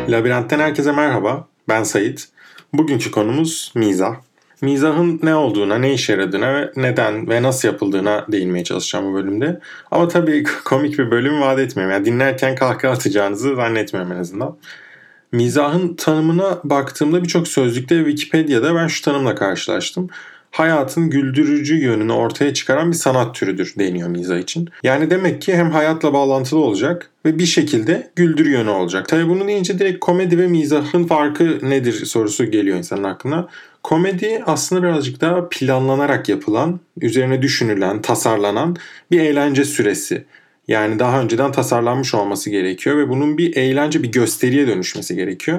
Labirent'ten herkese merhaba. Ben Sait. Bugünkü konumuz mizah. Mizahın ne olduğuna, ne işe yaradığına ve neden ve nasıl yapıldığına değinmeye çalışacağım bu bölümde. Ama tabii komik bir bölüm vaat etmiyorum. Yani dinlerken kahkaha atacağınızı zannetmiyorum en azından. Mizahın tanımına baktığımda birçok sözlükte ve Wikipedia'da ben şu tanımla karşılaştım. Hayatın güldürücü yönünü ortaya çıkaran bir sanat türüdür deniyor mizah için. Yani demek ki hem hayatla bağlantılı olacak ve bir şekilde güldürü yönü olacak. Tabii bunu deyince direkt komedi ve mizahın farkı nedir sorusu geliyor insanın aklına. Komedi aslında birazcık daha planlanarak yapılan, üzerine düşünülen, tasarlanan bir eğlence süresi. Yani daha önceden tasarlanmış olması gerekiyor ve bunun bir eğlence, bir gösteriye dönüşmesi gerekiyor.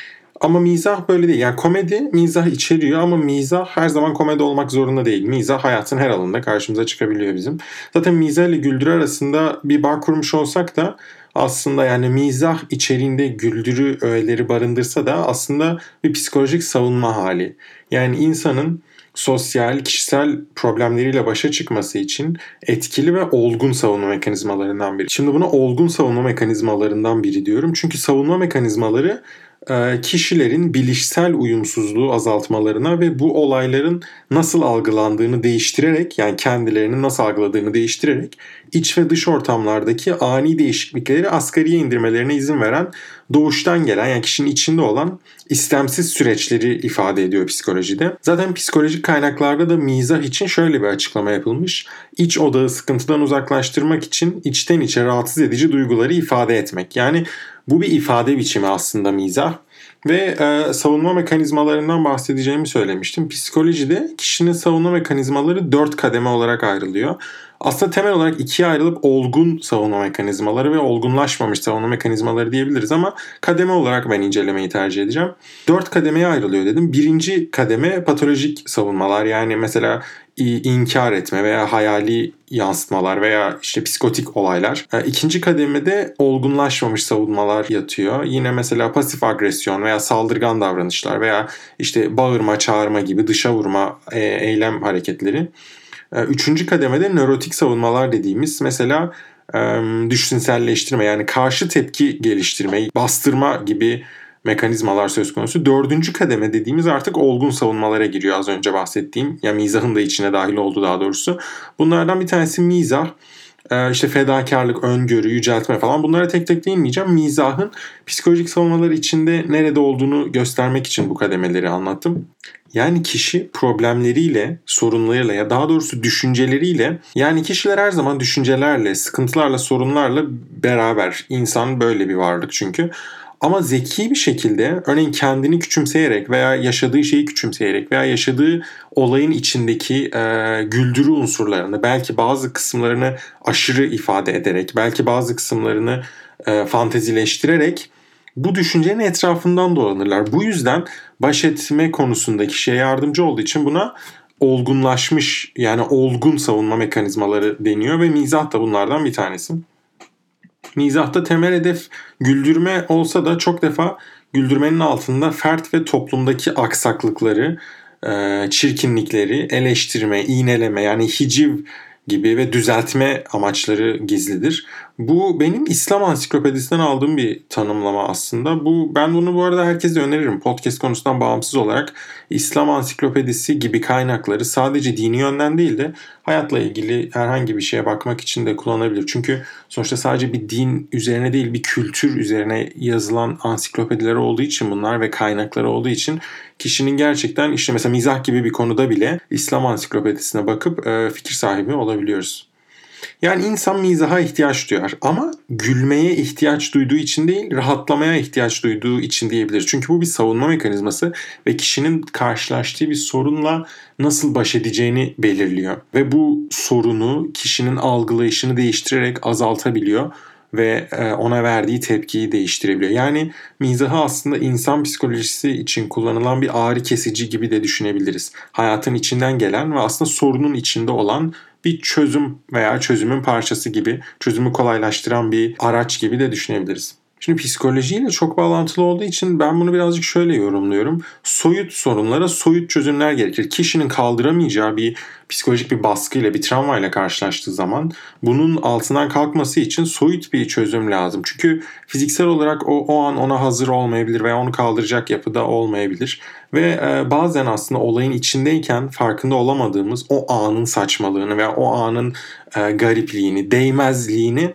Ama mizah böyle değil. Yani komedi mizah içeriyor ama mizah her zaman komedi olmak zorunda değil. Mizah hayatın her alanında karşımıza çıkabiliyor bizim. Zaten mizah ile güldürü arasında bir bağ kurmuş olsak da aslında yani mizah içeriğinde güldürü öğeleri barındırsa da aslında bir psikolojik savunma hali. Yani insanın sosyal, kişisel problemleriyle başa çıkması için etkili ve olgun savunma mekanizmalarından biri. Şimdi buna olgun savunma mekanizmalarından biri diyorum. Çünkü savunma mekanizmaları kişilerin bilişsel uyumsuzluğu azaltmalarına ve bu olayların nasıl algılandığını değiştirerek, yani kendilerini nasıl algıladığını değiştirerek iç ve dış ortamlardaki ani değişiklikleri asgariye indirmelerine izin veren, doğuştan gelen, yani kişinin içinde olan istemsiz süreçleri ifade ediyor psikolojide. Zaten psikolojik kaynaklarda da mizah için şöyle bir açıklama yapılmış. İç odağı sıkıntıdan uzaklaştırmak için içten içe rahatsız edici duyguları ifade etmek. Yani bu bir ifade biçimi aslında mizah. Ve savunma mekanizmalarından bahsedeceğimi söylemiştim. Psikolojide kişinin savunma mekanizmaları 4 kademe olarak ayrılıyor. Aslında temel olarak ikiye ayrılıp olgun savunma mekanizmaları ve olgunlaşmamış savunma mekanizmaları diyebiliriz ama kademe olarak ben incelemeyi tercih edeceğim. 4 kademeye ayrılıyor dedim. Birinci kademe patolojik savunmalar, yani mesela inkar etme veya hayali yansıtmalar veya işte psikotik olaylar. İkinci kademede olgunlaşmamış savunmalar yatıyor. Yine mesela pasif agresyon veya saldırgan davranışlar veya işte bağırma, çağırma gibi dışa vurma eylem hareketleri. Üçüncü kademede nörotik savunmalar dediğimiz mesela düşünselleştirme, yani karşı tepki geliştirme, bastırma gibi mekanizmalar söz konusu. Dördüncü kademe dediğimiz artık olgun savunmalara giriyor, az önce bahsettiğim. Yani mizahın da içine dahil oldu daha doğrusu. Bunlardan bir tanesi mizah. İşte fedakarlık, öngörü, yüceltme falan, bunlara tek tek değinmeyeceğim. Mizahın psikolojik savunmaları içinde nerede olduğunu göstermek için bu kademeleri anlattım. Yani kişi problemleriyle, sorunlarıyla ya daha doğrusu düşünceleriyle, yani kişiler her zaman düşüncelerle, sıkıntılarla, sorunlarla beraber. İnsan böyle bir varlık çünkü. Ama zeki bir şekilde, örneğin kendini küçümseyerek veya yaşadığı şeyi küçümseyerek veya yaşadığı olayın içindeki güldürü unsurlarını, belki bazı kısımlarını aşırı ifade ederek, belki bazı kısımlarını fantezileştirerek bu düşüncenin etrafından dolanırlar. Bu yüzden baş etme konusunda kişiye yardımcı olduğu için buna olgunlaşmış, yani olgun savunma mekanizmaları deniyor ve mizah da bunlardan bir tanesi. Mizahta temel hedef güldürme olsa da çok defa güldürmenin altında fert ve toplumdaki aksaklıkları, çirkinlikleri eleştirme, iğneleme, yani hiciv gibi ve düzeltme amaçları gizlidir. Bu benim İslam Ansiklopedisi'nden aldığım bir tanımlama aslında. Ben bunu bu arada herkese öneririm. Podcast konusundan bağımsız olarak İslam Ansiklopedisi gibi kaynakları sadece dini yönden değil de hayatla ilgili herhangi bir şeye bakmak için de kullanabilir. Çünkü sonuçta sadece bir din üzerine değil, bir kültür üzerine yazılan ansiklopediler olduğu için bunlar ve kaynakları olduğu için kişinin gerçekten işte mesela mizah gibi bir konuda bile İslam Ansiklopedisine bakıp fikir sahibi olabiliyoruz. Yani insan mizaha ihtiyaç duyar ama gülmeye ihtiyaç duyduğu için değil, rahatlamaya ihtiyaç duyduğu için diyebiliriz. Çünkü bu bir savunma mekanizması ve kişinin karşılaştığı bir sorunla nasıl baş edeceğini belirliyor. Ve bu sorunu kişinin algılayışını değiştirerek azaltabiliyor ve ona verdiği tepkiyi değiştirebiliyor. Yani mizahı aslında insan psikolojisi için kullanılan bir ağrı kesici gibi de düşünebiliriz. Hayatın içinden gelen ve aslında sorunun içinde olan bir çözüm veya çözümün parçası gibi, çözümü kolaylaştıran bir araç gibi de düşünebiliriz. Şimdi psikolojiyle çok bağlantılı olduğu için ben bunu birazcık şöyle yorumluyorum. Soyut sorunlara soyut çözümler gerekir. Kişinin kaldıramayacağı bir psikolojik bir baskıyla, bir travmayla karşılaştığı zaman bunun altından kalkması için soyut bir çözüm lazım. Çünkü fiziksel olarak o an ona hazır olmayabilir veya onu kaldıracak yapıda olmayabilir. Ve bazen aslında olayın içindeyken farkında olamadığımız o anın saçmalığını veya o anın garipliğini, değmezliğini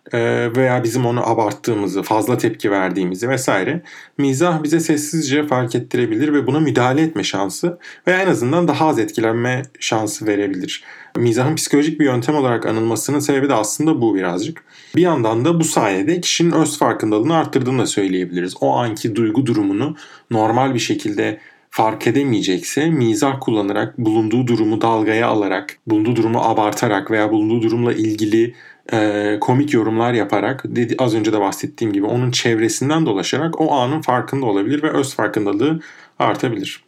veya bizim onu abarttığımızı, fazla tepki verdiğimizi vesaire mizah bize sessizce fark ettirebilir ve buna müdahale etme şansı veya en azından daha az etkilenme şansı verebilir. Mizahın psikolojik bir yöntem olarak anılmasının sebebi de aslında bu birazcık. Bir yandan da bu sayede kişinin öz farkındalığını arttırdığını da söyleyebiliriz. O anki duygu durumunu normal bir şekilde fark edemeyecekse mizah kullanarak, bulunduğu durumu dalgaya alarak, bulunduğu durumu abartarak veya bulunduğu durumla ilgili komik yorumlar yaparak, az önce de bahsettiğim gibi onun çevresinden dolaşarak o anın farkında olabilir ve öz farkındalığı artabilir.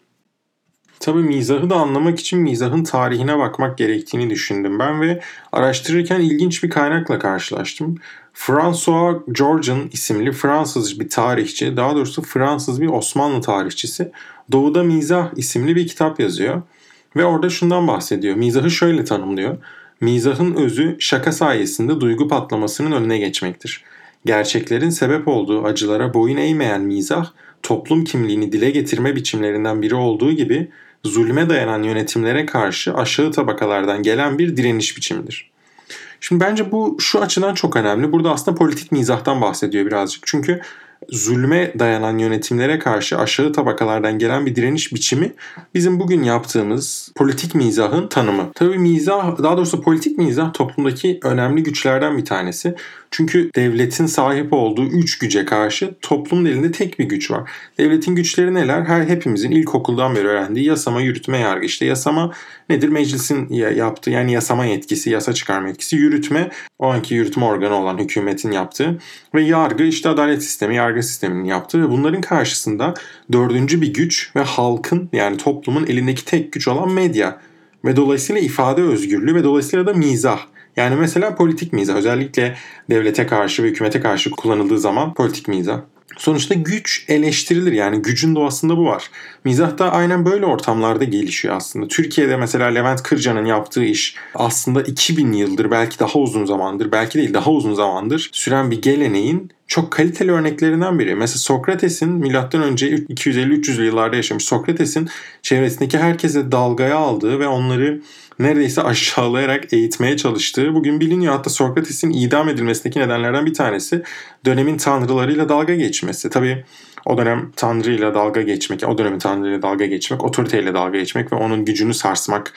Tabii mizahı da anlamak için mizahın tarihine bakmak gerektiğini düşündüm ben ve araştırırken ilginç bir kaynakla karşılaştım. François Georges isimli Fransız bir tarihçi, daha doğrusu Fransız bir Osmanlı tarihçisi Doğuda Mizah isimli bir kitap yazıyor. Ve orada şundan bahsediyor. Mizahı şöyle tanımlıyor. Mizahın özü şaka sayesinde duygu patlamasının önüne geçmektir. Gerçeklerin sebep olduğu acılara boyun eğmeyen mizah, toplum kimliğini dile getirme biçimlerinden biri olduğu gibi zulme dayanan yönetimlere karşı aşağı tabakalardan gelen bir direniş biçimidir. Şimdi bence bu şu açıdan çok önemli. Burada aslında politik mizahtan bahsediyor birazcık. Çünkü zulme dayanan yönetimlere karşı aşağı tabakalardan gelen bir direniş biçimi bizim bugün yaptığımız politik mizahın tanımı. Tabii mizah, daha doğrusu politik mizah toplumdaki önemli güçlerden bir tanesi. Çünkü devletin sahip olduğu 3 güce karşı toplumun elinde tek bir güç var. Devletin güçleri neler? Hepimizin ilkokuldan beri öğrendiği yasama, yürütme, yargı. İşte yasama nedir? Meclisin yaptığı, yani yasama yetkisi, yasa çıkarma yetkisi. Yürütme, o anki yürütme organı olan hükümetin yaptığı. Ve yargı işte adalet sistemi, yargı sisteminin yaptığı. Ve bunların karşısında dördüncü bir güç ve halkın, yani toplumun elindeki tek güç olan medya. Ve dolayısıyla ifade özgürlüğü ve dolayısıyla da mizah. Yani mesela politik mizah, özellikle devlete karşı ve hükümete karşı kullanıldığı zaman politik mizah. Sonuçta güç eleştirilir, yani gücün doğasında bu var. Mizah da aynen böyle ortamlarda gelişiyor aslında. Türkiye'de mesela Levent Kırca'nın yaptığı iş aslında 2000 yıldır, belki daha uzun zamandır, belki değil daha uzun zamandır süren bir geleneğin çok kaliteli örneklerinden biri. Mesela Sokrates'in M.Ö. 250-300'lü yıllarda yaşamış Sokrates'in çevresindeki herkese dalgaya aldığı ve onları neredeyse aşağılayarak eğitmeye çalıştığı bugün biliniyor. Hatta Sokrates'in idam edilmesindeki nedenlerden bir tanesi dönemin tanrılarıyla dalga geçmesi. Tabii o dönem tanrıyla dalga geçmek, o dönemin tanrıyla dalga geçmek, otoriteyle dalga geçmek ve onun gücünü sarsmak,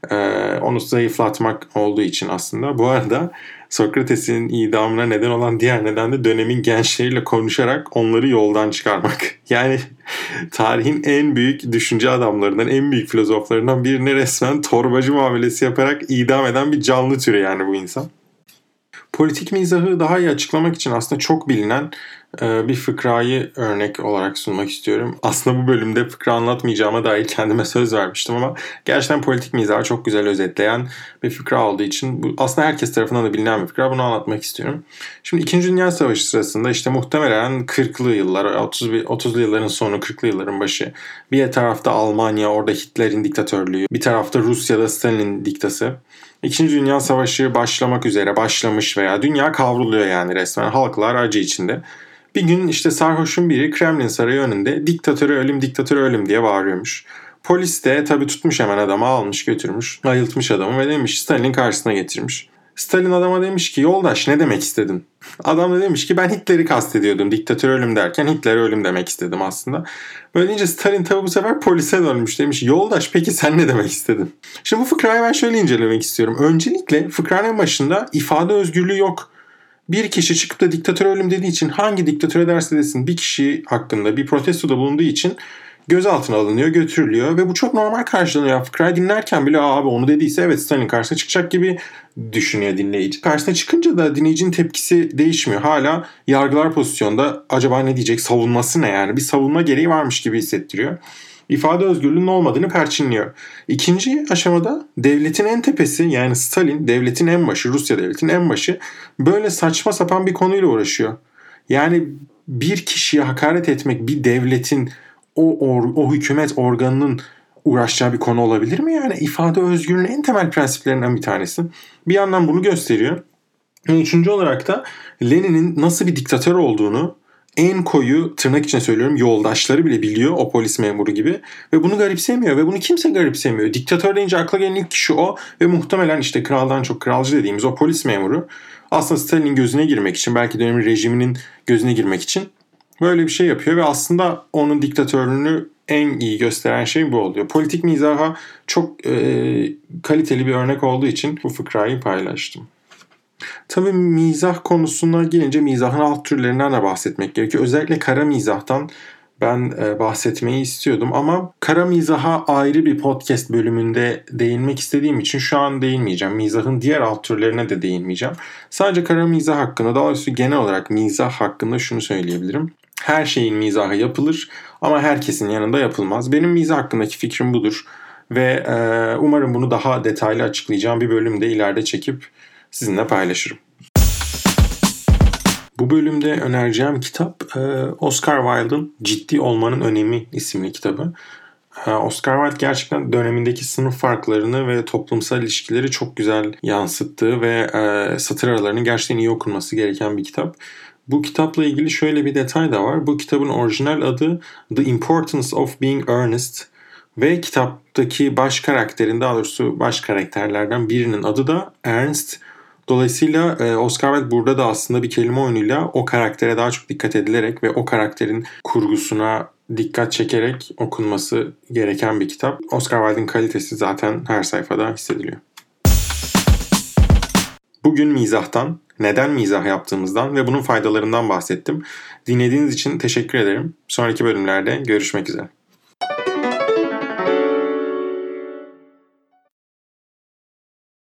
onu zayıflatmak olduğu için aslında. Bu arada Sokrates'in idamına neden olan diğer neden de dönemin gençleriyle konuşarak onları yoldan çıkarmak. Yani tarihin en büyük düşünce adamlarından, en büyük filozoflarından birine resmen torbacı muamelesi yaparak idam eden bir canlı türü yani bu insan. Politik mizahı daha iyi açıklamak için aslında çok bilinen bir fıkrayı örnek olarak sunmak istiyorum. Aslında bu bölümde fıkra anlatmayacağıma dair kendime söz vermiştim ama gerçekten politik mizahı çok güzel özetleyen bir fıkra olduğu için bu aslında herkes tarafından da bilinen bir fıkra. Bunu anlatmak istiyorum. Şimdi 2. Dünya Savaşı sırasında işte muhtemelen 40'lı yıllar, 30'lu yılların sonu, 40'lı yılların başı. Bir tarafta Almanya, orada Hitler'in diktatörlüğü. Bir tarafta Rusya'da Stalin'in diktası. 2. Dünya Savaşı başlamak üzere, başlamış veya dünya kavruluyor yani resmen. Halklar acı içinde. Bir gün işte sarhoşun biri Kremlin Sarayı önünde diktatörü ölüm, diktatörü ölüm diye bağırıyormuş. Polis de tabii tutmuş, hemen adamı almış götürmüş. Ayıltmış adamı ve demiş, Stalin'in karşısına getirmiş. Stalin adama demiş ki, yoldaş ne demek istedin? Adam da demiş ki, ben Hitler'i kastediyordum. Diktatör ölüm derken Hitler'e ölüm demek istedim aslında. Böyle deyince Stalin tabi bu sefer polise dönmüş, demiş yoldaş peki sen ne demek istedin? Şimdi bu fıkrayı ben şöyle incelemek istiyorum. Öncelikle fıkranın başında ifade özgürlüğü yok. Bir kişi çıkıp da diktatör ölüm dediği için, hangi diktatör derse desin, bir kişi hakkında bir protestoda bulunduğu için gözaltına alınıyor, götürülüyor ve bu çok normal karşılanıyor. Fıkrayı dinlerken bile abi onu dediyse evet Stalin karşısına çıkacak gibi düşünüyor dinleyici. Karşısına çıkınca da dinleyicinin tepkisi değişmiyor. Hala yargılar pozisyonda, acaba ne diyecek, savunması ne yani? Bir savunma gereği varmış gibi hissettiriyor. İfade özgürlüğünün olmadığını perçinliyor. İkinci aşamada devletin en tepesi, yani Stalin, devletin en başı, Rusya devletinin en başı böyle saçma sapan bir konuyla uğraşıyor. Yani bir kişiye hakaret etmek bir devletin o hükümet organının uğraşacağı bir konu olabilir mi? Yani ifade özgürlüğünün en temel prensiplerinden bir tanesi. Bir yandan bunu gösteriyor. Üçüncü olarak da Lenin'in nasıl bir diktatör olduğunu en koyu, tırnak içine söylüyorum, yoldaşları bile biliyor, o polis memuru gibi. Ve bunu garipsemiyor ve bunu kimse garipsemiyor. Diktatör deyince akla gelen ilk kişi o ve muhtemelen işte kraldan çok kralcı dediğimiz o polis memuru aslında Stalin'in gözüne girmek için, belki dönemin rejiminin gözüne girmek için böyle bir şey yapıyor ve aslında onun diktatörlüğünü en iyi gösteren şey bu oluyor. Politik mizaha çok kaliteli bir örnek olduğu için bu fıkrayı paylaştım. Tabii mizah konusuna gelince mizahın alt türlerinden de bahsetmek gerekiyor. Özellikle kara mizahtan ben bahsetmeyi istiyordum ama kara mizaha ayrı bir podcast bölümünde değinmek istediğim için şu an değinmeyeceğim. Mizahın diğer alt türlerine de değinmeyeceğim. Sadece kara mizah hakkında, daha doğrusu genel olarak mizah hakkında şunu söyleyebilirim. Her şeyin mizahı yapılır ama herkesin yanında yapılmaz. Benim mizah hakkındaki fikrim budur ve umarım bunu daha detaylı açıklayacağım bir bölümde ileride çekip sizinle paylaşırım. Bu bölümde önereceğim kitap Oscar Wilde'ın Ciddi Olmanın Önemi isimli kitabı. Oscar Wilde gerçekten dönemindeki sınıf farklarını ve toplumsal ilişkileri çok güzel yansıttığı ve satır aralarının gerçekten iyi okunması gereken bir kitap. Bu kitapla ilgili şöyle bir detay da var. Bu kitabın orijinal adı The Importance of Being Earnest ve kitaptaki baş karakterin, daha doğrusu baş karakterlerden birinin adı da Ernst. Dolayısıyla Oscar Wilde burada da aslında bir kelime oyunuyla o karaktere daha çok dikkat edilerek ve o karakterin kurgusuna dikkat çekerek okunması gereken bir kitap. Oscar Wilde'in kalitesi zaten her sayfada hissediliyor. Bugün mizahtan, neden mizah yaptığımızdan ve bunun faydalarından bahsettim. Dinlediğiniz için teşekkür ederim. Sonraki bölümlerde görüşmek üzere.